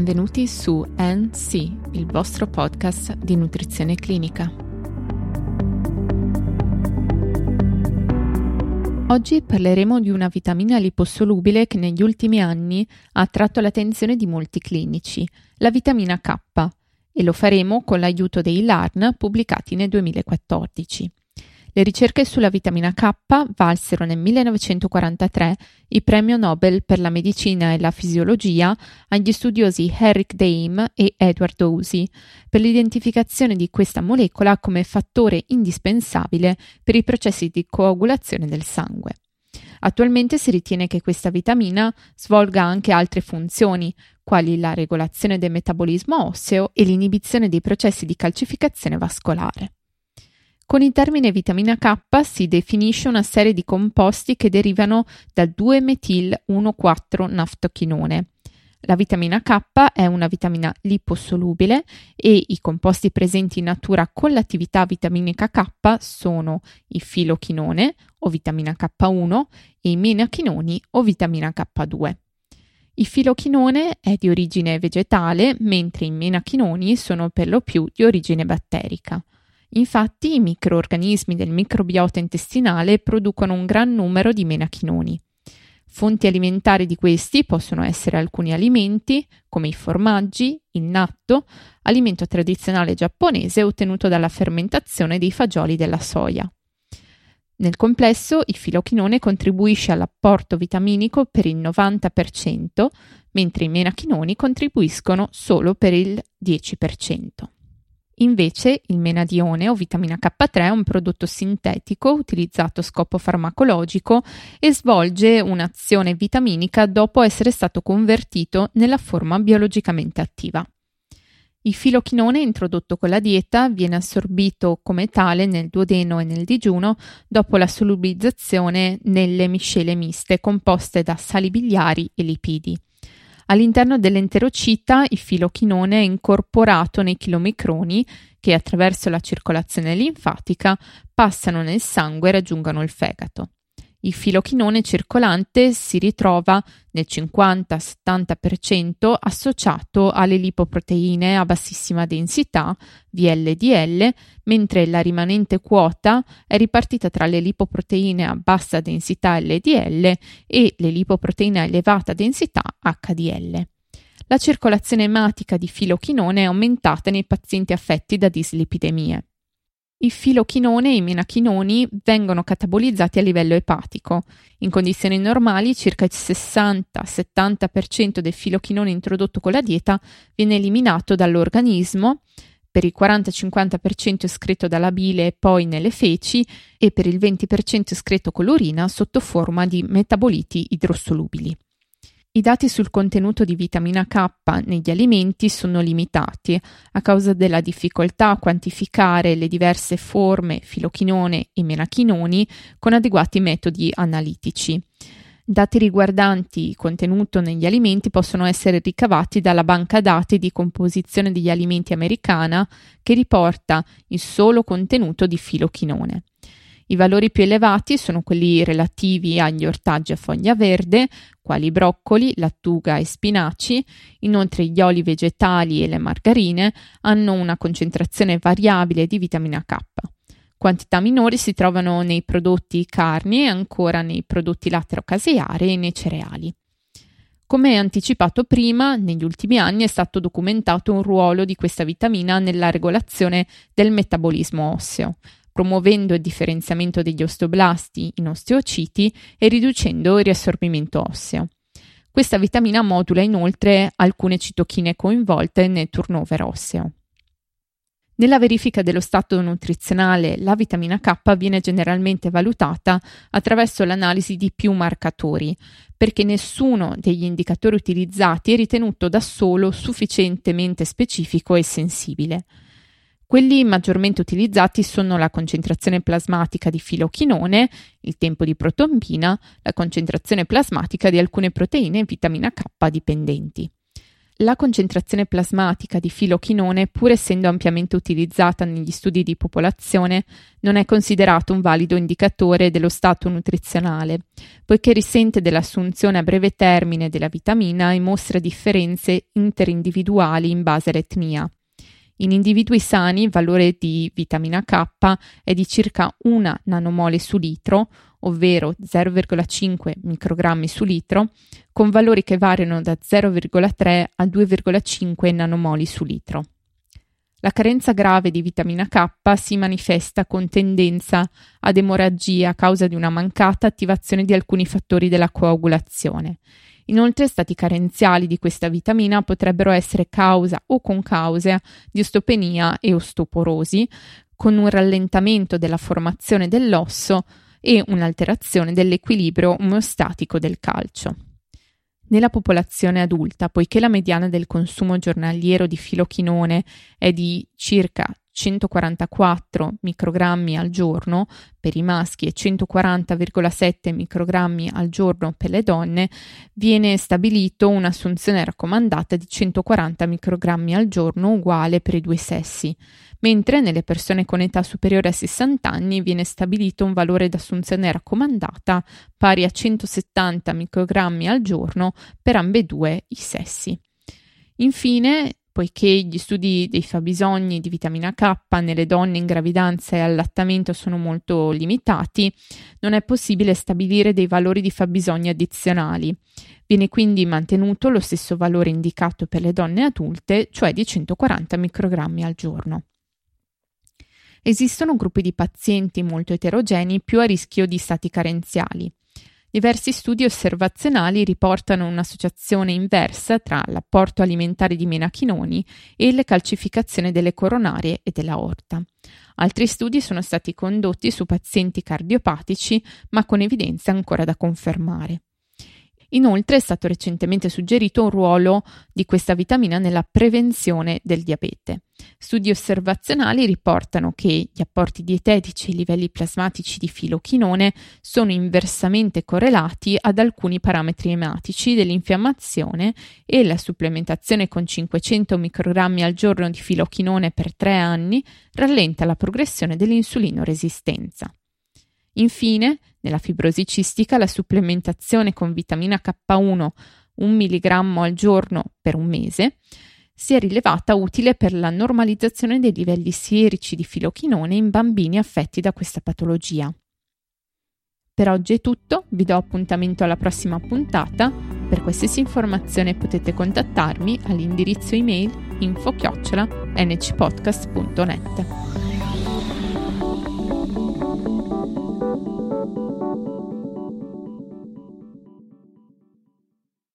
Benvenuti su NC, il vostro podcast di nutrizione clinica. Oggi parleremo di una vitamina liposolubile che negli ultimi anni ha attratto l'attenzione di molti clinici, la vitamina K, e lo faremo con l'aiuto dei LARN pubblicati nel 2014. Le ricerche sulla vitamina K valsero nel 1943 il premio Nobel per la medicina e la fisiologia agli studiosi Eric Daim e Edward Osey per l'identificazione di questa molecola come fattore indispensabile per i processi di coagulazione del sangue. Attualmente si ritiene che questa vitamina svolga anche altre funzioni, quali la regolazione del metabolismo osseo e l'inibizione dei processi di calcificazione vascolare. Con il termine vitamina K si definisce una serie di composti che derivano dal 2-metil-1,4-naftochinone. La vitamina K è una vitamina liposolubile e i composti presenti in natura con l'attività vitaminica K sono il filochinone o vitamina K1 e i menachinoni o vitamina K2. Il filochinone è di origine vegetale, mentre i menachinoni sono per lo più di origine batterica. Infatti, i microorganismi del microbiota intestinale producono un gran numero di menachinoni. Fonti alimentari di questi possono essere alcuni alimenti, come i formaggi, il natto, alimento tradizionale giapponese ottenuto dalla fermentazione dei fagioli della soia. Nel complesso, il filochinone contribuisce all'apporto vitaminico per il 90%, mentre i menachinoni contribuiscono solo per il 10%. Invece, il menadione o vitamina K3 è un prodotto sintetico utilizzato a scopo farmacologico e svolge un'azione vitaminica dopo essere stato convertito nella forma biologicamente attiva. Il filochinone introdotto con la dieta viene assorbito come tale nel duodeno e nel digiuno dopo la solubilizzazione nelle miscele miste composte da sali biliari e lipidi. All'interno dell'enterocita il filochinone è incorporato nei chilomicroni che attraverso la circolazione linfatica passano nel sangue e raggiungono il fegato. Il filochinone circolante si ritrova nel 50-70% associato alle lipoproteine a bassissima densità, VLDL, mentre la rimanente quota è ripartita tra le lipoproteine a bassa densità LDL e le lipoproteine a elevata densità HDL. La circolazione ematica di filochinone è aumentata nei pazienti affetti da dislipidemie. Il filochinone e i menachinoni vengono catabolizzati a livello epatico. In condizioni normali circa il 60-70% del filochinone introdotto con la dieta viene eliminato dall'organismo, per il 40-50% escreto dalla bile e poi nelle feci e per il 20% escreto con l'urina sotto forma di metaboliti idrosolubili. I dati sul contenuto di vitamina K negli alimenti sono limitati a causa della difficoltà a quantificare le diverse forme filochinone e menachinoni con adeguati metodi analitici. Dati riguardanti il contenuto negli alimenti possono essere ricavati dalla banca dati di composizione degli alimenti americana che riporta il solo contenuto di filochinone. I valori più elevati sono quelli relativi agli ortaggi a foglia verde, quali broccoli, lattuga e spinaci. Inoltre gli oli vegetali e le margarine hanno una concentrazione variabile di vitamina K. Quantità minori si trovano nei prodotti carni e ancora nei prodotti lattiero-caseari e nei cereali. Come anticipato prima, negli ultimi anni è stato documentato un ruolo di questa vitamina nella regolazione del metabolismo osseo, promuovendo il differenziamento degli osteoblasti in osteociti e riducendo il riassorbimento osseo. Questa vitamina modula inoltre alcune citochine coinvolte nel turnover osseo. Nella verifica dello stato nutrizionale, la vitamina K viene generalmente valutata attraverso l'analisi di più marcatori, perché nessuno degli indicatori utilizzati è ritenuto da solo sufficientemente specifico e sensibile. Quelli maggiormente utilizzati sono la concentrazione plasmatica di filochinone, il tempo di protombina, la concentrazione plasmatica di alcune proteine e vitamina K dipendenti. La concentrazione plasmatica di filochinone, pur essendo ampiamente utilizzata negli studi di popolazione, non è considerato un valido indicatore dello stato nutrizionale, poiché risente dell'assunzione a breve termine della vitamina e mostra differenze interindividuali in base all'etnia. In individui sani il valore di vitamina K è di circa 1 nanomole su litro, ovvero 0,5 microgrammi su litro, con valori che variano da 0,3 a 2,5 nanomoli su litro. La carenza grave di vitamina K si manifesta con tendenza ad emorragia a causa di una mancata attivazione di alcuni fattori della coagulazione. Inoltre, stati carenziali di questa vitamina potrebbero essere causa o concausa di osteopenia e osteoporosi, con un rallentamento della formazione dell'osso e un'alterazione dell'equilibrio omeostatico del calcio. Nella popolazione adulta, poiché la mediana del consumo giornaliero di filochinone è di circa 144 microgrammi al giorno per i maschi e 140,7 microgrammi al giorno per le donne, viene stabilito un'assunzione raccomandata di 140 microgrammi al giorno uguale per i due sessi, mentre nelle persone con età superiore a 60 anni viene stabilito un valore d'assunzione raccomandata pari a 170 microgrammi al giorno per ambedue i sessi. Infine, poiché gli studi dei fabbisogni di vitamina K nelle donne in gravidanza e allattamento sono molto limitati, non è possibile stabilire dei valori di fabbisogni addizionali. Viene quindi mantenuto lo stesso valore indicato per le donne adulte, cioè di 140 microgrammi al giorno. Esistono gruppi di pazienti molto eterogenei più a rischio di stati carenziali. Diversi studi osservazionali riportano un'associazione inversa tra l'apporto alimentare di menachinoni e la calcificazione delle coronarie e dell'aorta. Altri studi sono stati condotti su pazienti cardiopatici, ma con evidenze ancora da confermare. Inoltre è stato recentemente suggerito un ruolo di questa vitamina nella prevenzione del diabete. Studi osservazionali riportano che gli apporti dietetici e i livelli plasmatici di filochinone sono inversamente correlati ad alcuni parametri ematici dell'infiammazione e la supplementazione con 500 microgrammi al giorno di filochinone per 3 anni rallenta la progressione dell'insulinoresistenza. Infine, nella fibrosi cistica, la supplementazione con vitamina K1 1 mg al giorno per un mese si è rilevata utile per la normalizzazione dei livelli sierici di filochinone in bambini affetti da questa patologia. Per oggi è tutto, vi do appuntamento alla prossima puntata. Per qualsiasi informazione potete contattarmi all'indirizzo email info@ncpodcast.net.